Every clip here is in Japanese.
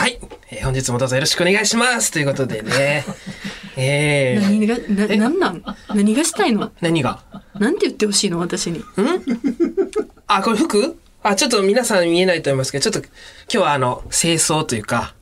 はい、本日もどうぞよろしくお願いしますということでね。 何がしたいの？ 何が？ なんて言ってほしいの私に？ あ、これ服？あ、ちょっと皆さん見えないと思いますけど、ちょっと今日は清掃というか、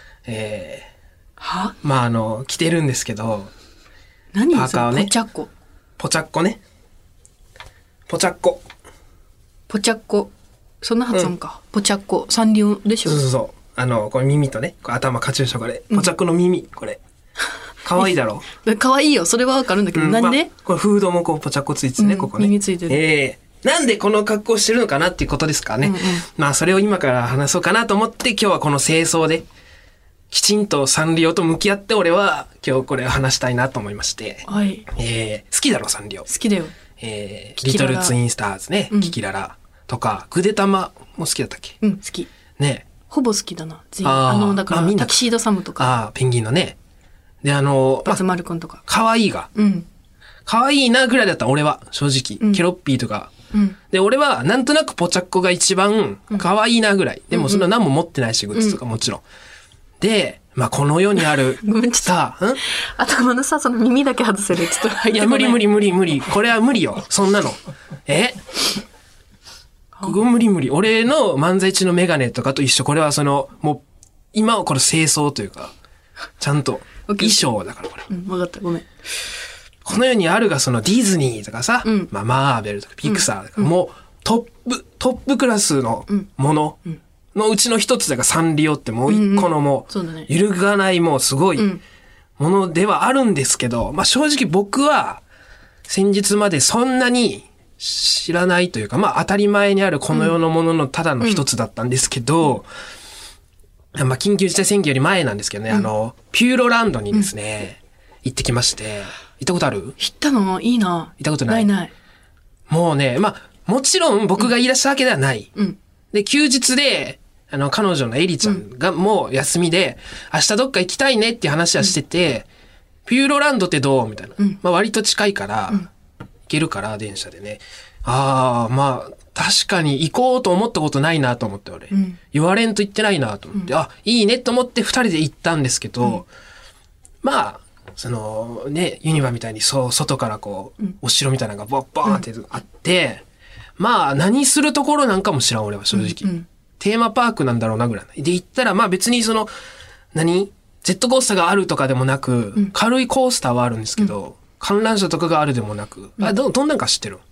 まあ着てるんですけど、 何パーカーをね、 ポチャッコ。 ポチャッコね。ポチャッコ。 ポチャッコ。そんな発音か。ポチャッコ。サンリオでしょ？ そうそうそう。これ耳とね、これ頭カチューシャこれ。ポチャッコの耳、これ。かわいいだろう。かわいいよ。それはわかるんだけど、なんで、 これフードもこうポチャッコついててね、ここね。 耳ついてる。 なんでこの格好してるのかなっていうことですからね。まあそれを今から話そうかなと思って今日はこの清掃できちんとサンリオと向き合って俺は今日これを話したいなと思いまして。 はい。 好きだろサンリオ。 好きだよ。 リトルツインスターズね。キキララとかグデタマも好きだったっけ？ 好き。 ね。 ほぼ好きだな。だからタキシードサムとか。 ペンギンのね。でバツマルくんとか。 可愛いが。可愛いなぐらいだった俺は正直。ケロッピーとか。で、俺はなんとなくポチャッコが一番可愛いなぐらい。でもそんな何も持ってないし、グッズとかもちろん。で、まあこの世にあるさ、 頭のさ、その耳だけ外せる。ちょっといや、無理。これは無理よ。そんなの。無理。俺の漫才中のメガネとかと一緒。これはもう、今はこれ清掃というか、ちゃんと衣装だからこれ。 わかった、ごめん。 この世にあるがディズニーとかさ、まあマーベルとかピクサーとか、もうトップクラスのもののうちの一つだからサンリオってもう一個のもう、揺るがないもうすごいものではあるんですけど、まあ正直僕は先日までそんなに知らないというか、まあ当たり前にあるこの世のもののただの一つだったんですけど、まあ緊急事態宣言より前なんですけどね、ピューロランドにですね、行ってきまして、行ったことある？ 行ったの？いいな。 行ったことない。 ない。 もうね、まあ、もちろん僕が言い出したわけではない。で、休日で、彼女のエリちゃんがもう休みで、明日どっか行きたいねっていう話はしてて、ピューロランドってどうみたいな。まあ割と近いから、行けるから電車でね。まあ、確かに行こうと思ったことないなと思って俺。言われんと言ってないなと思って、いいねと思って二人で行ったんですけど、まあ、ユニバみたいに外からこう、お城みたいなのがバーンってあって、まあ、何するところなんかも知らん、俺は正直。テーマパークなんだろうなぐらい。で、行ったら、まあ別にジェットコースターがあるとかでもなく、軽いコースターはあるんですけど、観覧車とかがあるでもなく、どんなんか知ってる？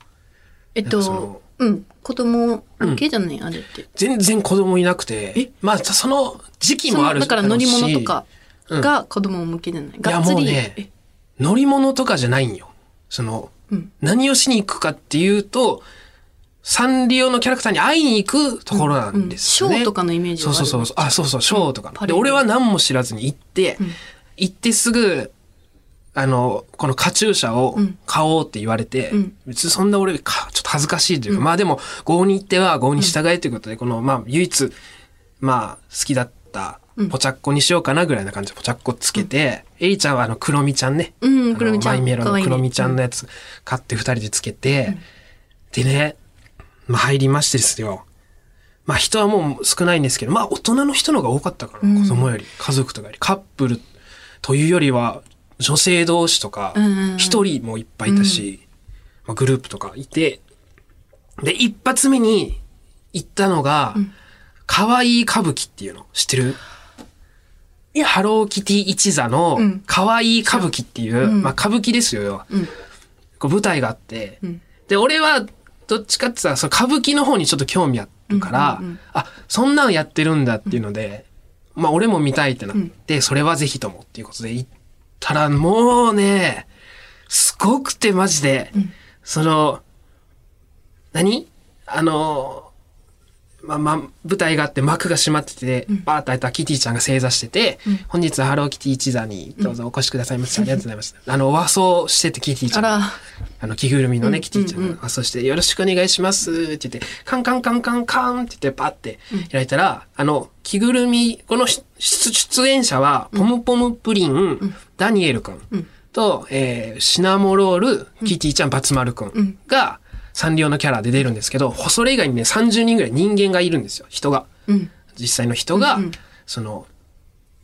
子供向けじゃない、あれって。 全然子供いなくて、まあその時期もあるし。 だから乗り物とか。が子供向けじゃない。 いやもうね、乗り物とかじゃないんよ。何をしに行くかっていうと、サンリオのキャラクターに会いに行くところなんですよね。 ショーとかのイメージがある。 そう。ショーとか。で、俺は何も知らずに行ってすぐ、このカチューシャを買おうって言われて、別にそんな俺、ちょっと恥ずかしいというか、まあでも、郷に行っては郷に従えということで、まあ唯一、まあ好きだった、ポチャッコにしようかなぐらいな感じでポチャッコつけて、エリちゃんはクロミちゃんね。 クロミちゃん。 マイメロのクロミちゃんのやつ買って二人でつけて、でね、まあ入りましてですよ。まあ人はもう少ないんですけど、まあ大人の人の方が多かったから、子供より、家族とかより、カップルというよりは、女性同士とか、一人もいっぱいいたし、まあ、グループとかいて、で、一発目に行ったのが、可愛い歌舞伎っていうの知ってる？ハローキティ一座の可愛い歌舞伎っていう、まあ歌舞伎ですよ、要は。こう舞台があって、で、俺はどっちかって言ったら、歌舞伎の方にちょっと興味あるから、そんなんやってるんだっていうので、まあ俺も見たいってなって、それはぜひともっていうことで行ったら、もうね、すごくてマジで、まあ、舞台があって幕が閉まってて、バーッと開いたキティちゃんが正座してて、本日はハローキティ一座にどうぞお越しくださいました。ありがとうございました。和装しててキティちゃん。着ぐるみのね、キティちゃんが和装して、よろしくお願いしますって言って、カンカンカンカンカンって言ってパッて開いたら、着ぐるみ、この出演者は、ポムポムプリン、ダニエルくんと、シナモロール、キティちゃん、バツマルくんが、サンリオのキャラで出るんですけど、それ以外にね、30人ぐらい人間がいるんですよ。人が。実際の人が、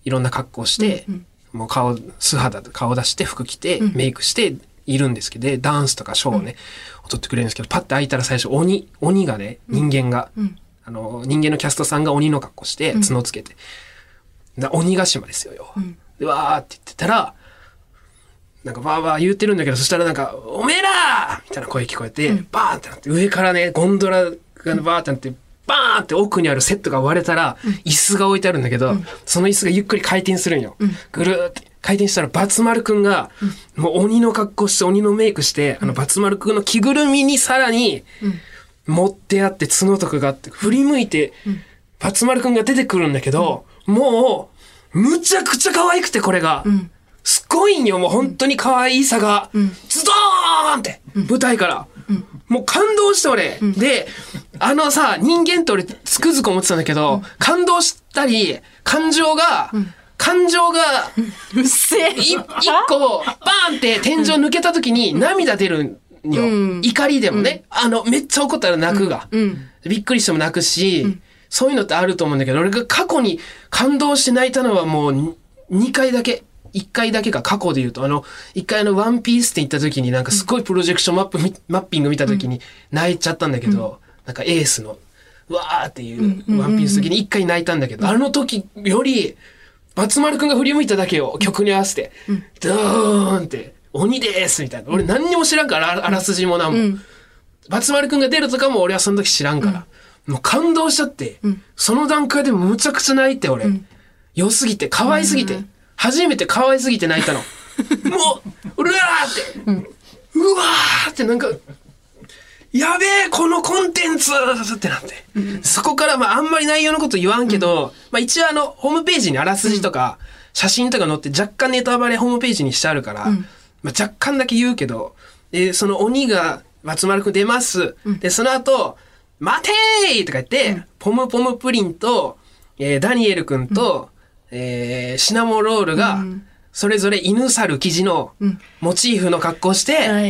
いろんな格好して、もう顔、素肌で顔出して服着て、メイクしているんですけど、ダンスとかショーをね、踊ってくれるんですけど、パッて開いたら最初鬼がね、人間が、人間のキャストさんが鬼の格好して、角つけて、鬼ヶ島ですよ、で、わーって言ってたら、なんかバーバー言ってるんだけど、そしたらなんか、おめえらみたいな声聞こえて、バーンってなって、上からね、ゴンドラがバーってなって、バーンって奥にあるセットが割れたら、椅子が置いてあるんだけど、その椅子がゆっくり回転するんよ。ぐるーって回転したら、バツ丸くんが、もう鬼の格好して、鬼のメイクして、バツ丸くんの着ぐるみにさらに、持ってあって角とかがあって、振り向いて、バツ丸くんが出てくるんだけど、もう、むちゃくちゃ可愛くて、これが。すっごいんよ、もう本当に可愛さが、ズドーンって、舞台から。もう感動して俺。で、さ、人間って俺つくづく思ってたんだけど、感動したり、感情が、 うっせえ。 一個、バーンって天井抜けた時に涙出るんよ。怒りでもね。めっちゃ怒ったら泣くが。びっくりしても泣くし、そういうのってあると思うんだけど、俺が過去に感動して泣いたのはもう2回だけ。1回だけか過去で言うと、1回ワンピースって行った時になんかすごいプロジェクションマッピング見た時に泣いちゃったんだけど、なんかエースの、うわーっていうワンピース時に1回泣いたんだけど、あの時より、バツ丸くんが振り向いただけを曲に合わせて、ドーンって、鬼でーすみたいな。俺何にも知らんから、あらすじもなんも。バツ丸くんが出るとかも俺はその時知らんから。もう感動しちゃって、その段階でもむちゃくちゃ泣いて俺。良すぎて、可愛すぎて。初めて可愛すぎて泣いたの。もう、うわーって、うわーってなんか、やべえ、このコンテンツってなって。そこからあんまり内容のこと言わんけど、一応ホームページにあらすじとか、写真とか載って若干ネタバレホームページにしてあるから、若干だけ言うけど、その鬼が松丸くん出ます。で、その後、待てーとか言って、ポムポムプリンと、ダニエルくんと、シナモロールが、それぞれ犬猿生地のモチーフの格好して、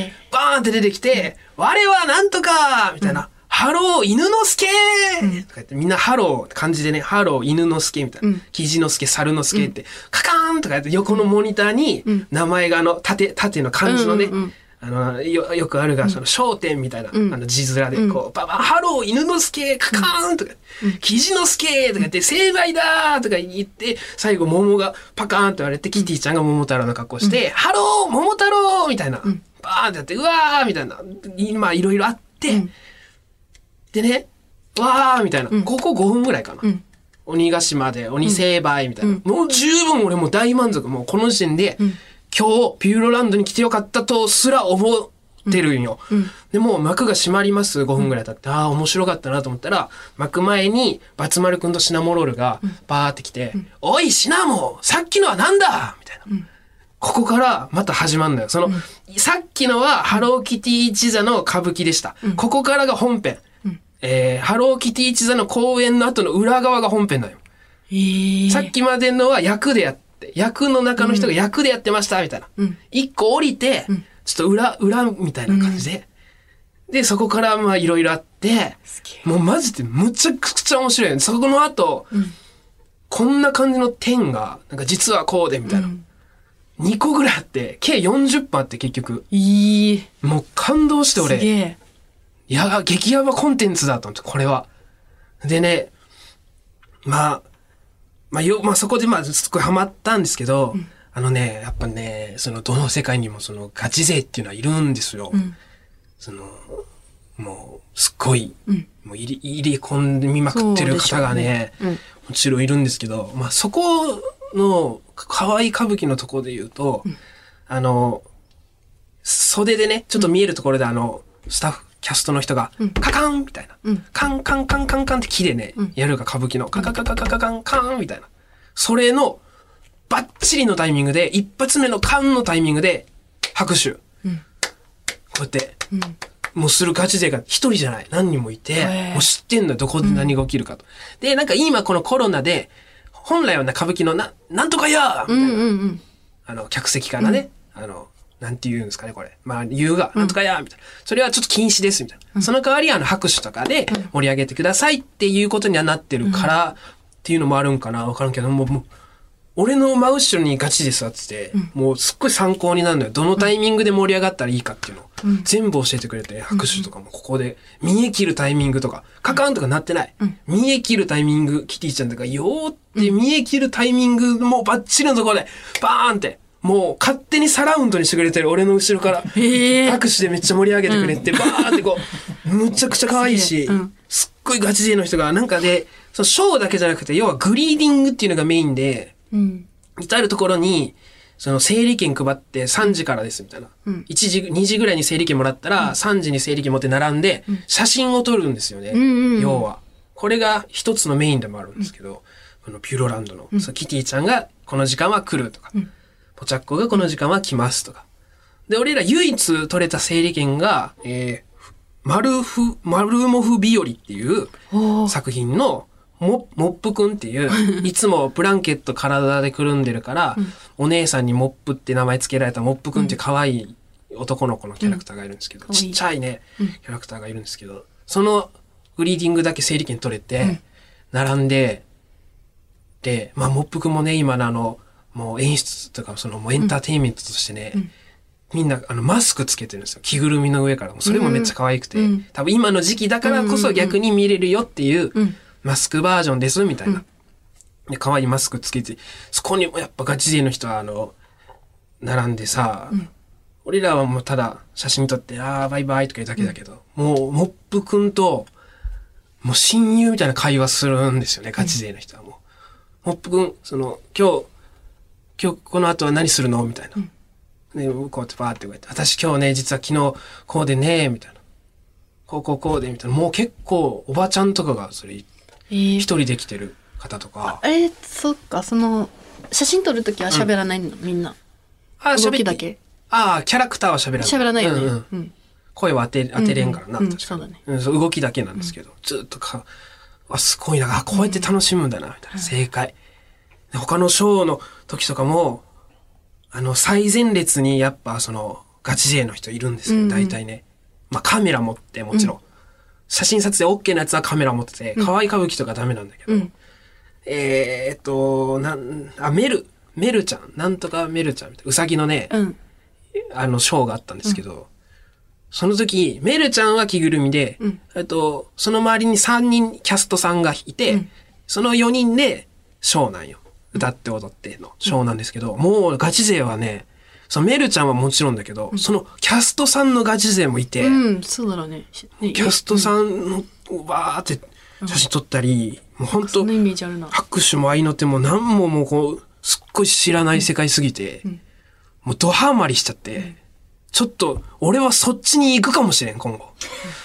バーンって出てきて、我はなんとかみたいな、ハロー犬之助とか言って、みんなハローって感じでね、ハロー犬之助みたいな、生地之助、猿之助って、カカーンとか言って横のモニターに、名前が縦の漢字のね、よくあるが、その焦点みたいな、字面で、こう、ババハロー、犬之助、カカーンとか、生地之助とか言って、成敗だーとか言って、最後、桃がパカーンと言われて、キティちゃんが桃太郎の格好して、ハロー、桃太郎みたいな、バーンってやって、うわーみたいな、今、いろいろあって、でね、わーみたいな、ここ5分ぐらいかな。鬼ヶ島で、鬼成敗みたいな。もう十分俺も大満足。もうこの時点で、今日、ピューロランドに来てよかったとすら思ってるんよ。でもう幕が閉まります。5分ぐらい経って。ああ、面白かったなと思ったら、幕前にバツ丸くんとシナモロールがバーって来て、おい、シナモさっきのはなんだみたいな。ここからまた始まるんだよ。さっきのはハローキティ一座の歌舞伎でした。ここからが本編。ハローキティ一座の公演の後の裏側が本編だよ。さっきまでのは役でやって、役の中の人が役でやってました、みたいな。一個降りて、ちょっと裏みたいな感じで。で、そこからいろいろあって、もうマジでむちゃくちゃ面白いよね。そこの後、こんな感じの点が、なんか実はこうで、みたいな。2個ぐらいあって、計40分あって結局。もう感動して俺。いや、激ヤバコンテンツだと思って、これは。でね、そこですっごいハマったんですけど、やっぱね、どの世界にもガチ勢っていうのはいるんですよ。もう、すっごい、もう入り込んでみまくってる方がね、もちろんいるんですけど、そこの、可愛い歌舞伎のところで言うと、袖でね、ちょっと見えるところでスタッフ、キャストの人が、カカンみたいな。カンカンカンカンカンって木でね、やるが歌舞伎の、カカカカカカカンカンみたいな。それの、バッチリのタイミングで、一発目のカンのタイミングで、拍手。こうやって、もうするガチ勢が一人じゃない。何人もいて、もう知ってんのよ、どこで何が起きるかと。で、なんか今このコロナで、本来は歌舞伎のなんとかやみたいな。客席からね、なんて言うんですかね、これ。言うが、なんとかやみたいな。それはちょっと禁止です、みたいな。その代わり、拍手とかで盛り上げてくださいっていうことにはなってるから、っていうのもあるんかな、わからんけど、も俺の真後ろにガチで座ってて、もうすっごい参考になるのよ。どのタイミングで盛り上がったらいいかっていうのを、全部教えてくれて、拍手とかもここで、見え切るタイミングとか、カカンとかなってない。見え切るタイミング、キティちゃんとか、よーって見え切るタイミング、もうバッチリのところで、バーンって、もう勝手にサラウンドにしてくれてる俺の後ろから、拍手でめっちゃ盛り上げてくれて、バーンってこう、むちゃくちゃ可愛いし、すっごいガチ勢の人が、なんかで、そのショーだけじゃなくて、要はグリーディングっていうのがメインで、至るところに、その整理券配って3時からですみたいな。1時、2時ぐらいに整理券もらったら、3時に整理券持って並んで、写真を撮るんですよね。要は。これが一つのメインでもあるんですけど、このピューロランドの、そうキティちゃんがこの時間は来るとか、ポチャッコがこの時間は来ますとか。で、俺ら唯一取れた整理券が、マルモフ日和っていう作品の、モップくんっていう、いつもブランケット体でくるんでるから、お姉さんにモップって名前つけられたモップくんって可愛い男の子のキャラクターがいるんですけど、ちっちゃいね、キャラクターがいるんですけど、そのグリーディングだけ整理券取れて、並んで、で、まあ、モップくんもね、今のもう演出とか、そのもうエンターテインメントとしてね、みんなマスクつけてるんですよ。着ぐるみの上から。それもめっちゃ可愛くて、多分今の時期だからこそ逆に見れるよっていう、マスクバージョンですみたいな。で、可愛いマスクつけて、そこにもやっぱガチ勢の人は並んでさ、俺らはもうただ写真撮って、バイバイとか言うだけだけど、もう、モップくんと、もう親友みたいな会話するんですよね、ガチ勢の人はもう。モップくん、今日この後は何するのみたいな。で、こうやってバーって言われて、私今日ね、実は昨日こうでね、みたいな。こうで、みたいな。もう結構おばちゃんとかがそれ、一人で来てる方とか。 そっか、写真撮るときは喋らないの、みんな。動きだけ。 キャラクターは喋らない。 喋らないよね。 声は当てれんからな、確かに。 そうだね。 動きだけなんですけど、ずっとすごいな、こうやって楽しむんだな、みたいな。正解。他のショーの時とかも、最前列にやっぱガチ勢の人いるんですよ、大体ね。まあカメラ持ってもちろん。写真撮影 OK なやつはカメラ持ってて、可愛い歌舞伎とかダメなんだけど。メルちゃん、なんとかメルちゃんみたいな、うさぎのね、ショーがあったんですけど、その時、メルちゃんは着ぐるみで、その周りに3人キャストさんがいて、その4人でショーなんよ。歌って踊ってのショーなんですけど、もうガチ勢はね、そのメルちゃんはもちろんだけど、そのキャストさんのガチ勢もいて、 そうだろうね。 キャストさんのバーって写真撮ったり、もう本当拍手も合いの手も何ももうこう、すっごい知らない世界すぎて、もうドハマりしちゃって、ちょっと俺はそっちに行くかもしれん、今後。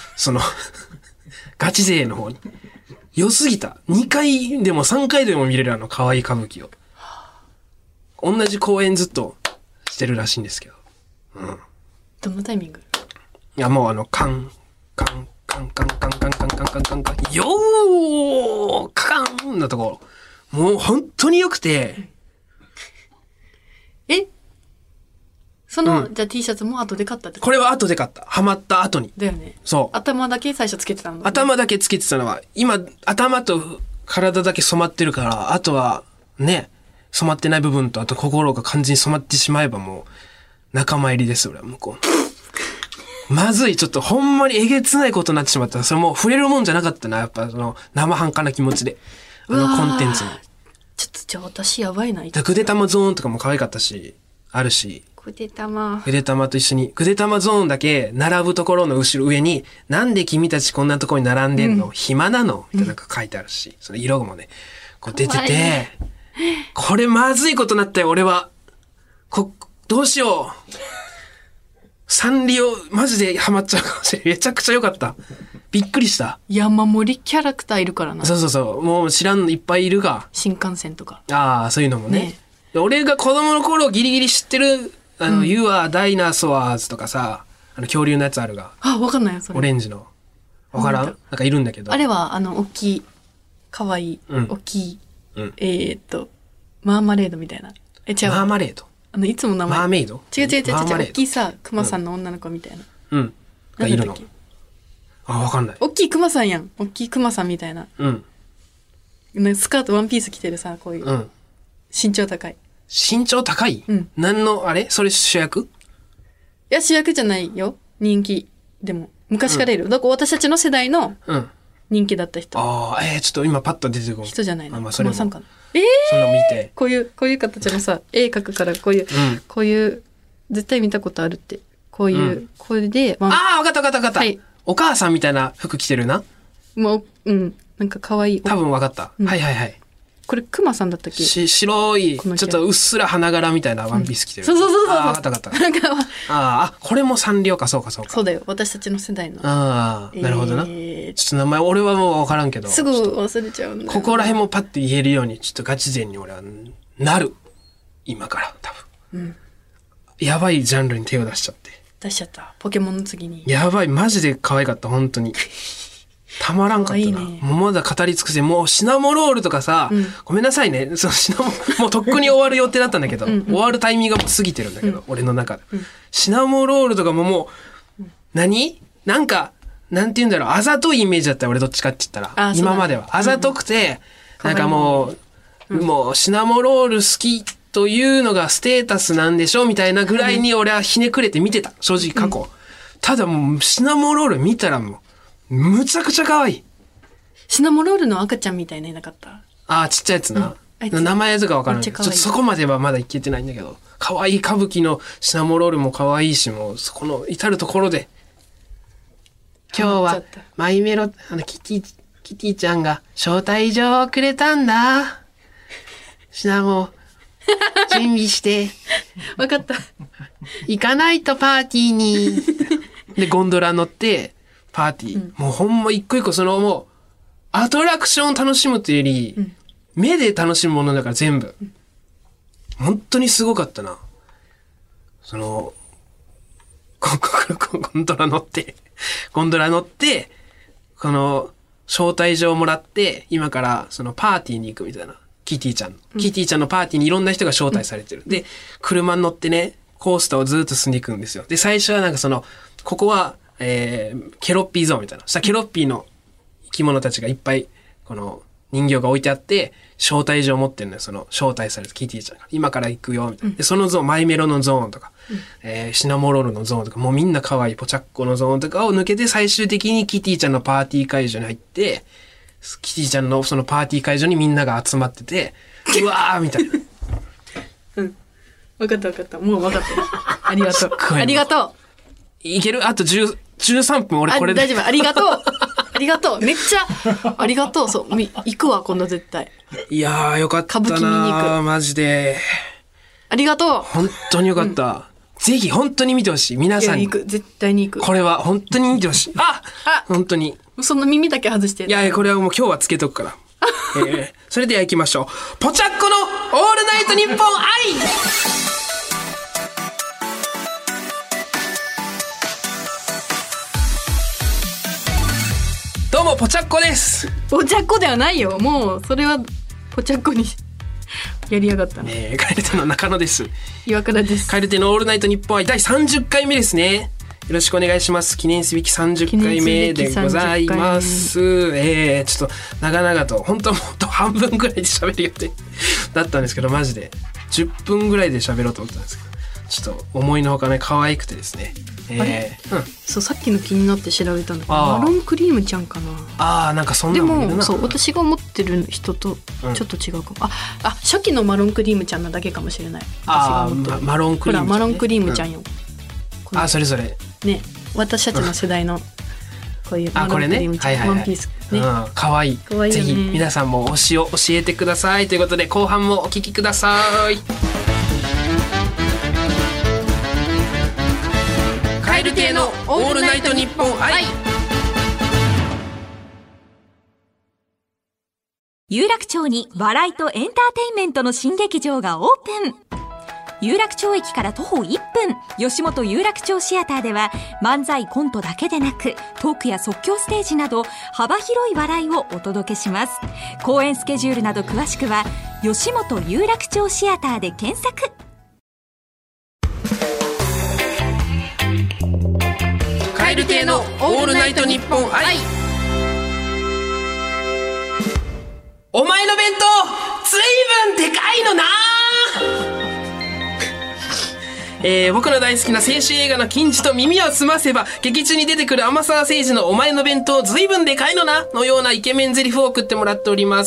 ガチ勢の方に。良すぎた。2回でも3回でも見れる可愛い歌舞伎を。同じ公演ずっとしてるらしいんですけど。 どのタイミング？ いや、もうカン、カン、カン、カン、カン、カン、カン、カン、カン、カン、カン、よーカンなところ。もう本当に良くて。 じゃあ T シャツも後で買ったってこと？ これは後で買った。ハマった後に。 だよね。 そう。 頭だけ最初つけてたんだ、ね。 頭だけつけてたのは、今、頭と体だけ染まってるから、あとは、ね、染まってない部分と、あと心が完全に染まってしまえばもう、仲間入りです、俺は向こう。まずい、ちょっとほんまにえげつないことになってしまった。それもう触れるもんじゃなかったな、やっぱ生半可な気持ちで。コンテンツに。 ちょっとじゃあ私やばいな。 ぐでたまゾーンとかも可愛かったし、あるし。 ぐでたまと一緒に、ぐでたまゾーンだけ並ぶところの後ろ上に、なんで君たちこんなところに並んでんの、暇なのみたいなのが書いてあるし、その色もね、こう出てて、これまずいことになったよ、俺は。どうしよう。サンリオ、マジでハマっちゃうかもしれない。めちゃくちゃ良かった。びっくりした。 山盛りキャラクターいるからな。 そう。もう知らんのいっぱいいるが。 新幹線とか。 そういうのもね。俺が子供の頃ギリギリ知ってる、You are Dinosaurs とかさ、恐竜のやつあるが。 わかんないよ、それ。 オレンジの。わからん？なんかいるんだけど。 あれは、大きい、かわいい、大きい、マーマレードみたいな。違う。 マーマレード？ いつも名前。 マーメイド？ 違う。大きいさ、クマさんの女の子みたいな。 がいるの。わかんない。 大きいクマさんやん。大きいクマさんみたいな。スカートワンピース着てるさ、こういう。 身長高い。 身長高い？ うん。 何の、あれそれ主役？ いや、主役じゃないよ。人気。でも、昔からいる。だから私たちの世代の人気だった人。 ああ、ちょっと今パッと出てこない。 人じゃないな。 まあ、それも。 さんかな。 その見て。 こういう形のさ、絵描くからこういう、絶対見たことあるって。こういう、これで、 わかった。はい。お母さんみたいな服着てるな。 もう、なんか可愛い。 多分わかった。はい。 これ、クマさんだったっけ？ 白い、ちょっとうっすら花柄みたいなワンピース着てる。 そう。 わかった。これもサンリオか、そうか。 そうだよ。私たちの世代の。 なるほどな。ちょっと名前、俺はもうわからんけど。 すぐ忘れちゃうんだよ。 ここら辺もパッと言えるように、ちょっとガチ勢に俺はなる。今から、多分。やばいジャンルに手を出しちゃって。 出しちゃった。ポケモンの次に。 やばい、マジで可愛かった、本当に。たまらんかったな。もうまだ語り尽くせ、もうシナモロールとかさ、ごめんなさいね。そのシナモ、もうとっくに終わる予定だったんだけど、終わるタイミングがもう過ぎてるんだけど、俺の中で。シナモロールとかももう、なんか、なんて言うんだろう、あざといイメージだったよ、俺どっちかって言ったら。今までは。あざとくて、なんかもうシナモロール好きというのがステータスなんでしょみたいなぐらいに俺はひねくれて見てた。正直過去。ただもうシナモロール見たらもう、むちゃくちゃ可愛い。 シナモロールの赤ちゃんみたいないなかった？ ちっちゃいやつな。名前とかわからない。ちょっとそこまではまだいけてないんだけど。可愛い歌舞伎のシナモロールも可愛いし、もうそこの至るところで。今日はマイメロ、キティちゃんが招待状をくれたんだ。シナモ、準備して。 わかった。 行かないとパーティーに。で、ゴンドラ乗って、パーティー。もうほんま一個一個もう、アトラクションを楽しむというより、目で楽しむものだから全部。本当にすごかったな。ゴンドラ乗って、この、招待状をもらって、今からそのパーティーに行くみたいな。キティちゃんのパーティーにいろんな人が招待されてる。で、車に乗ってね、コースターをずっと進んでいくんですよ。で、最初はなんかここは、ケロッピーゾーンみたいな。そしたらケロッピーの生き物たちがいっぱい、この人形が置いてあって、招待状を持ってるのよ。招待されたキティちゃんが。今から行くよ、みたいな。で、そのゾーン、マイメロのゾーンとか、シナモロールのゾーンとか、もうみんな可愛いポチャッコのゾーンとかを抜けて、最終的にキティちゃんのパーティー会場に入って、キティちゃんのそのパーティー会場にみんなが集まってて、うわーみたいな。 わかった。もうわかった。ありがとう。ありがとう。 いける？あと13分俺これで。 大丈夫。ありがとう。ありがとう。めっちゃ、ありがとう。そう。行くわ、今度絶対。 いやー、よかったなー。歌舞伎見に行く。マジで。 ありがとう。 本当によかった。ぜひ、本当に見てほしい。皆さんに。 行く。絶対に行く。 これは、本当に見てほしい。本当に。 その耳だけ外して。 いや、これはもう今日はつけとくから。それでは行きましょう。ポチャッコのオールナイトニッポン愛どうも、ポチャッコです。 ポチャッコではないよ。もう、それは、ポチャッコにやりやがったね。蛙亭の中野です。 岩倉です。 蛙亭のオールナイトニッポン愛第30回目ですね。よろしくお願いします。記念すべき30回目でございます。ちょっと長々と本当はもっと半分ぐらいで喋る予定だったんですけど、マジで10分ぐらいで喋ろうと思ったんですけど、ちょっと思いのほかね可愛くてですね。 そうさっきの気になって調べたんだけど、マロンクリームちゃんかな。 なんかそんなのもいるな。 でもそう私が思ってる人とちょっと違うかも。初期のマロンクリームちゃんなだけかもしれない。私が思ってるマロンクリームちゃん、ね、 ほらマロンクリームちゃんよ。 それぞれね、私たちの世代のこういうマロンクリームちゃん、ワンピースね、 可愛い。ぜひ皆さんも推しを教えてくださいということで、後半もお聞きください。蛙亭のオールナイトニッポン愛。 有楽町に笑いとエンターテインメントの新劇場がオープン。有楽町駅から徒歩1分、吉本有楽町シアターでは漫才コントだけでなくトークや即興ステージなど幅広い笑いをお届けします。公演スケジュールなど詳しくは吉本有楽町シアターで検索。 蛙亭のオールナイトニッポン愛。お前の弁当ずいぶんでかいのな。僕の大好きな青春映画の金字と耳を澄ませば、劇中に出てくる天沢誠二のお前の弁当ずいぶんでかいのなのようなイケメン台詞を送ってもらっております。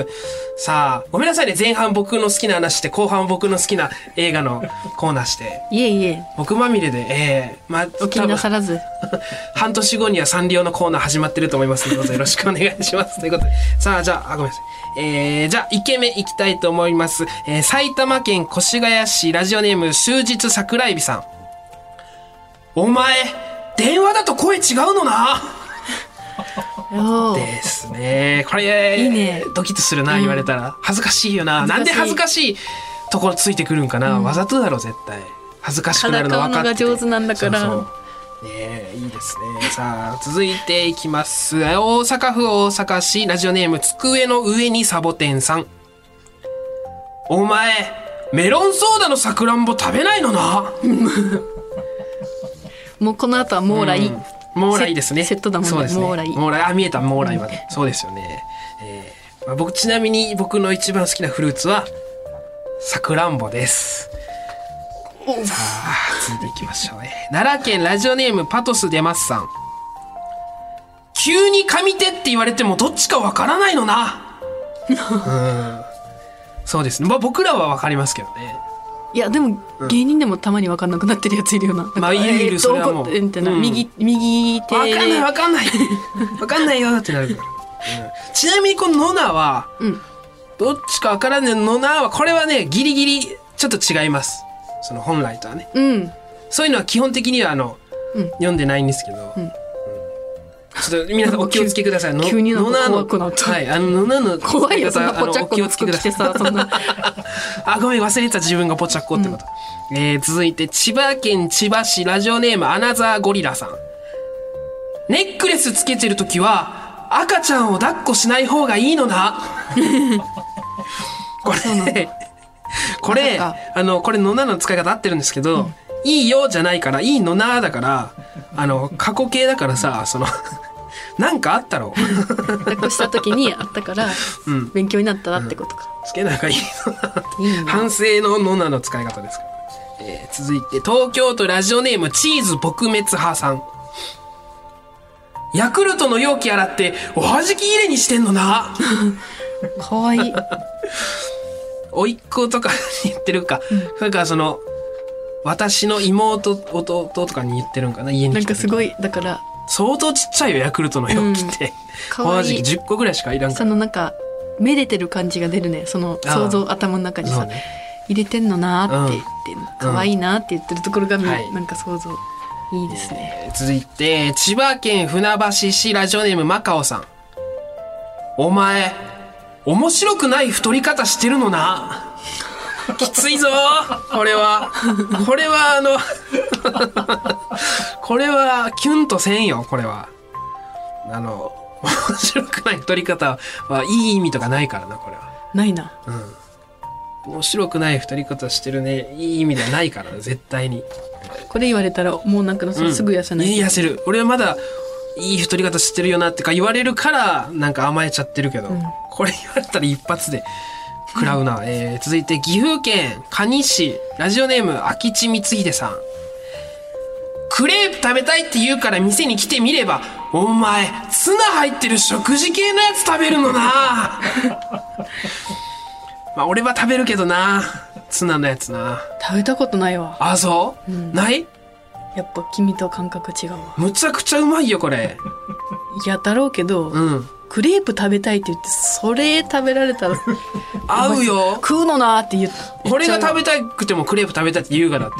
さあ、ごめんなさいね。前半僕の好きな話して後半僕の好きな映画のコーナーして。 いえいえ。 僕まみれで、 お気になさらず。 半年後にはサンリオのコーナー始まってると思いますので、どうぞよろしくお願いします。ということで。さあ、じゃあ、ごめんなさい。じゃあ、1軒目いきたいと思います。埼玉県越谷市ラジオネーム終日桜エビさん。お前、電話だと声違うのな。ですね。これ、いいね。ドキッとするな、言われたら。恥ずかしいよな。なんで恥ずかしいところついてくるんかな。わざとだろ、絶対。恥ずかしくなるの分かってて。 顔が上手なんだから。 そうね、いいですね。さあ、続いていきます。大阪府大阪市ラジオネーム机の上にサボテンさん。お前、メロンソーダのさくらんぼ食べないのな。 もうこの後はモーライ。 モーライですね。 セットだもんね。 そうですね。 モーライ。 モーライ。あ、見えた、モーライまで。そうですよね。僕、ちなみに僕の一番好きなフルーツは、さくらんぼです。さあ、続いていきましょうね。奈良県ラジオネームパトスデマスさん。急に上手って言われてもどっちかわからないのな。そうですね。まあ僕らはわかりますけどね。 いやでも芸人でもたまに分かんなくなってるやついるよな。 まあいるそれはもう。 右手で分かんないよってなるから。ちなみにこのノナは、どっちか分からんねんノナはこれはねギリギリちょっと違います。その本来とはね。そういうのは基本的には読んでないんですけど。ちょっと皆さんお気をつけください。 急になんか怖くなった。 はい、ノナの怖いよそんなポチャッコの服着てさそんな。 あ、ごめん忘れてた自分がポチャッコってこと。続いて千葉県千葉市ラジオネームアナザーゴリラさん。ネックレスつけてるときは赤ちゃんを抱っこしない方がいいのな。これノナの使い方合ってるんですけど、いいよじゃないからいいのなだから過去形だからさなんかあったろ。 抱っこした時にあったから、勉強になったなってことか。 つけない方がいいのな。反省のノナの使い方ですから。続いて東京都ラジオネームチーズ撲滅派さん。ヤクルトの容器洗っておはじき入れにしてんのな。 かわいい。 おいっ子とかに言ってるか、それから私の妹弟とかに言ってるんかな、家に来た時。 なんかすごいだから相当ちっちゃいよヤクルトの容器って、おはじき10個ぐらいしかいらんから。 なんかめでてる感じが出るね。想像頭の中にさ、入れてんのなーって言って、可愛いなって言ってるところがなんか想像いいですね。 続いて千葉県船橋市ラジオネームマカオさん。お前面白くない太り方してるのな。きついぞこれはこれはキュンとせんよ。これは面白くない太り方はいい意味とかないからな。これはないな。 面白くない太り方してるね、いい意味ではないから絶対に。 これ言われたらもうなんかすぐ痩せない。 痩せる。俺はまだいい太り方してるよなってか言われるからなんか甘えちゃってるけど、これ言われたら一発で食らうな。続いて岐阜県可児市ラジオネーム空地光秀さん。クレープ食べたいって言うから店に来てみれば、お前ツナ入ってる食事系のやつ食べるのな。まあ俺は食べるけどな、ツナのやつな。 食べたことないわ。 あ、そう、ない。 やっぱ君と感覚違うわ。 むちゃくちゃうまいよこれ。 いやだろうけど、クレープ食べたいって言ってそれ食べられたら合うよ。 食うのなって言っこれが食べたくてもクレープ食べたいって言うからって。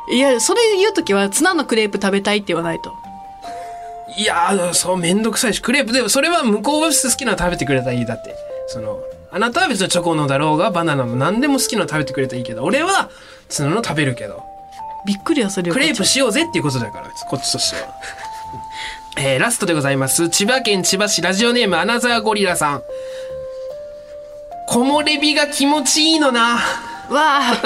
いやそれ言うときはツナのクレープ食べたいって言わないと。 いやそうめんどくさいし、クレープでもそれは向こうが好きなの食べてくれたらいい。だってあなたは別にチョコのだろうがバナナの何でも好きなの食べてくれたらいいけど、俺はツナの食べるけど。 びっくりはするよ。 クレープしようぜっていうことだからこっちとしては。ラストでございます。千葉県千葉市ラジオネームアナザーゴリラさん。木漏れ日が気持ちいいのな。 わあ。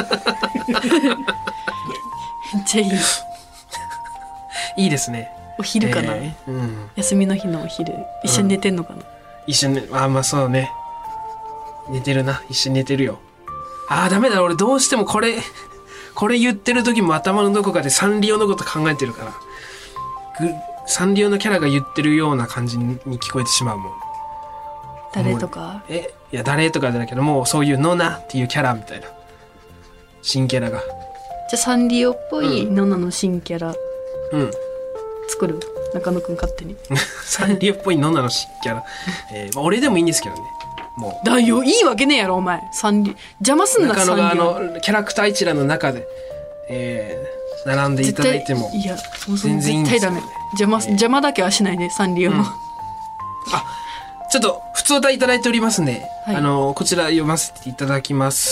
めっちゃいい。 いいですね。 お昼かな、休みの日のお昼一緒に寝てんのかな、 一緒にまあそうね。 寝てるな。一緒に寝てるよ。ダメだ。俺どうしてもこれ言ってる時も頭のどこかでサンリオのこと考えてるから。サンリオのキャラが言ってるような感じに聞こえてしまうもん。 誰とか？ いや、誰とかじゃないけど、もうそういうノナっていうキャラみたいな。新キャラが。 じゃあサンリオっぽいノナの新キャラ。作る？中野くん勝手に。 サンリオっぽいノナの新キャラ。俺でもいいんですけどね。もう。 だよ、いいわけねえやろ、お前。邪魔すんな、 中野がキャラクター一覧の中で、並んでいただいても。 いや、全然いいんですよ、ね。絶対ダメ。邪魔だけはしないで、サンリオの。 ちょっと、普通歌いただいておりますんで、はい、こちら読ませていただきます。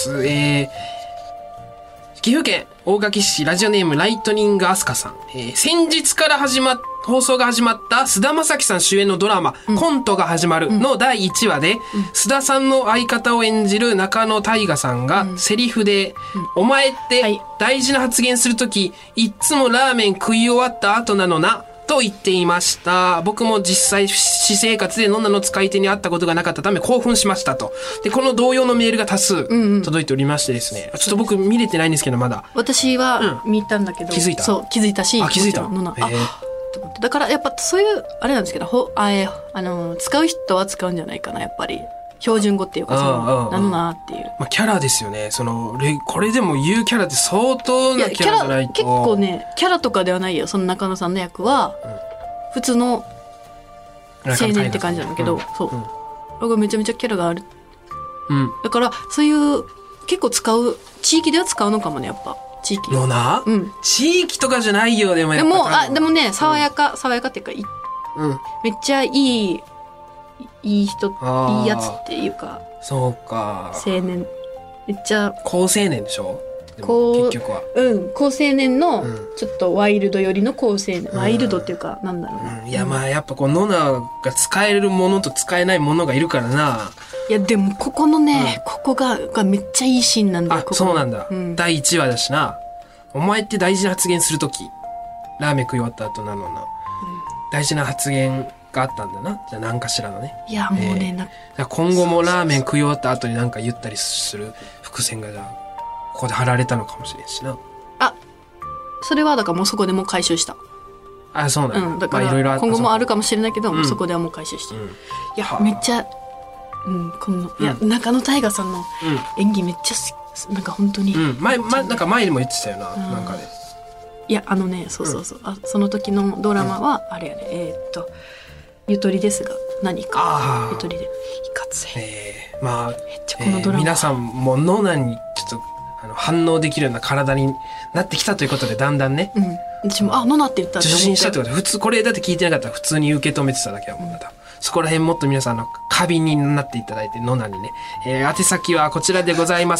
岐阜県大垣市ラジオネームライトニングアスカさん。先日から放送が始まった菅田将暉さん主演のドラマ、コントが始まるの第1話で、菅田さんの相方を演じる中野大河さんがセリフで、お前って大事な発言するとき、いっつもラーメン食い終わった後なのな、と言っていました。僕も実際私生活でノナの使い手に会ったことがなかったため興奮しましたと。で、この同様のメールが多数届いておりましてですね。ちょっと僕見れてないんですけど、まだ。 私は見たんだけど。 気づいた？ そう、気づいたし。 気づいた。 ノナ。と思って。だからやっぱそういう、あれなんですけど、使う人は使うんじゃないかな、やっぱり。標準語っていうか、なのなっていう。 まあ、キャラですよね。これでも言うキャラって相当なキャラじゃないと。 結構ね、キャラとかではないよ。その中野さんの役は、普通の青年って感じなんだけど、そう。これめちゃめちゃキャラがある。だから、そういう、結構地域では使うのかもね、やっぱ。地域。 のな？地域とかじゃないよ、でもやっぱ。 でもね、爽やかっていうか、めっちゃいい人、いいやつっていうか。 そうか。 青年。めっちゃ。 高青年でしょ？結局は。 高青年の、ちょっとワイルドよりの高青年。ワイルドっていうか、なんだろうな。 いや、まあやっぱノナが使えるものと使えないものがいるからな。 いや、でもここのね、ここがめっちゃいいシーンなんだよ、ここ。 そうなんだ。第1話だしな。お前って大事な発言するとき、ラーメン食い終わった後なのな。大事な発言があったんだな。じゃあ何かしらのね。 いや、もうね、 今後もラーメン食い終わった後に何か言ったりする伏線がじゃあ、ここで貼られたのかもしれんしな。 それはだからもうそこでもう回収した。 そうなんだ。 だから、今後もあるかもしれないけど、もうそこではもう回収した。いや、めっちゃ、いや、中野大河さんの演技めっちゃ、なんか本当に。 なんか前にも言ってたよな、なんかで。 いや、そう。その時のドラマは、あれやね、ゆとりですが、何か。ゆとりで、いかつい。 まあ、皆さんもノナにちょっと反応できるような体になってきたということで、だんだんね。 私も、ノナって言ったら受信したってことで、普通、これだって聞いてなかったら普通に受け止めてただけだもんだ。そこら辺もっと皆さん過敏になっていただいて、ノナにね。宛先はこちらでございます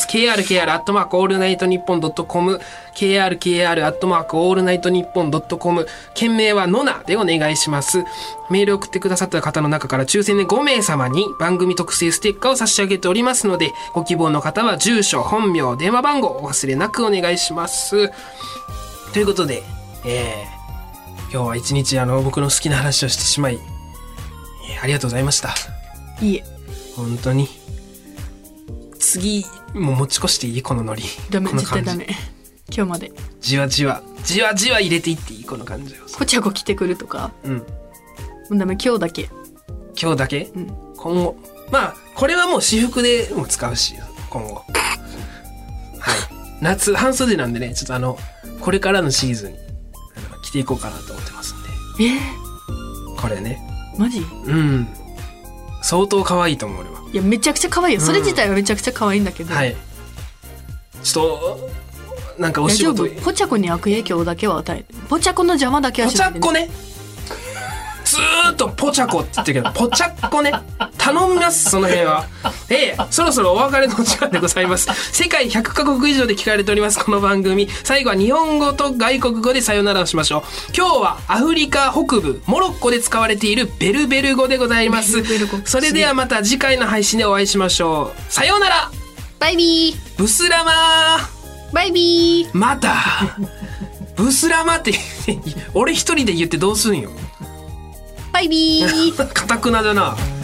。krkr@allnightnippon.com、krkr@allnightnippon.com、件名はノナでお願いします。メールを送ってくださった方の中から抽選で5名様に番組特製ステッカーを差し上げておりますので、ご希望の方は住所、本名、電話番号お忘れなくお願いします。ということで、今日は一日僕の好きな話をしてしまい、ありがとうございました。 いいえ。 本当に。次も持ち越していい？このノリ。 ダメ、絶対ダメ。今日まで。 じわじわ入れていっていい？この感じを。 こちゃこ来てくるとか。もうダメ、今日だけ。 今日だけ？今後。まあ、これはもう私服でも使うし、今後。はい。夏、半袖なんでね、ちょっとこれからのシーズンに着ていこうかなと思ってますんで。これね。 マジ？ 相当可愛いと思う俺は。 いや、めちゃくちゃ可愛いよ。それ自体はめちゃくちゃ可愛いんだけど。 はい。ちょっとなんかお仕事。 ポチャコに悪影響だけは与える。ポチャコの邪魔だけはしないでね。 ポチャコね。ずーっとポチャコって言ってるけど、ポチャコね。頼みます、その辺は。そろそろお別れの時間でございます。世界100カ国以上で聞かれておりますこの番組。最後は日本語と外国語でさよならをしましょう。今日はアフリカ北部モロッコで使われているベルベル語でございます。それではまた次回の配信でお会いしましょう。さようなら。 バイビー。 ブスラマー。バイビー。 またブスラマって俺一人で言ってどうすんよ。 バイビー。 かたくなだな。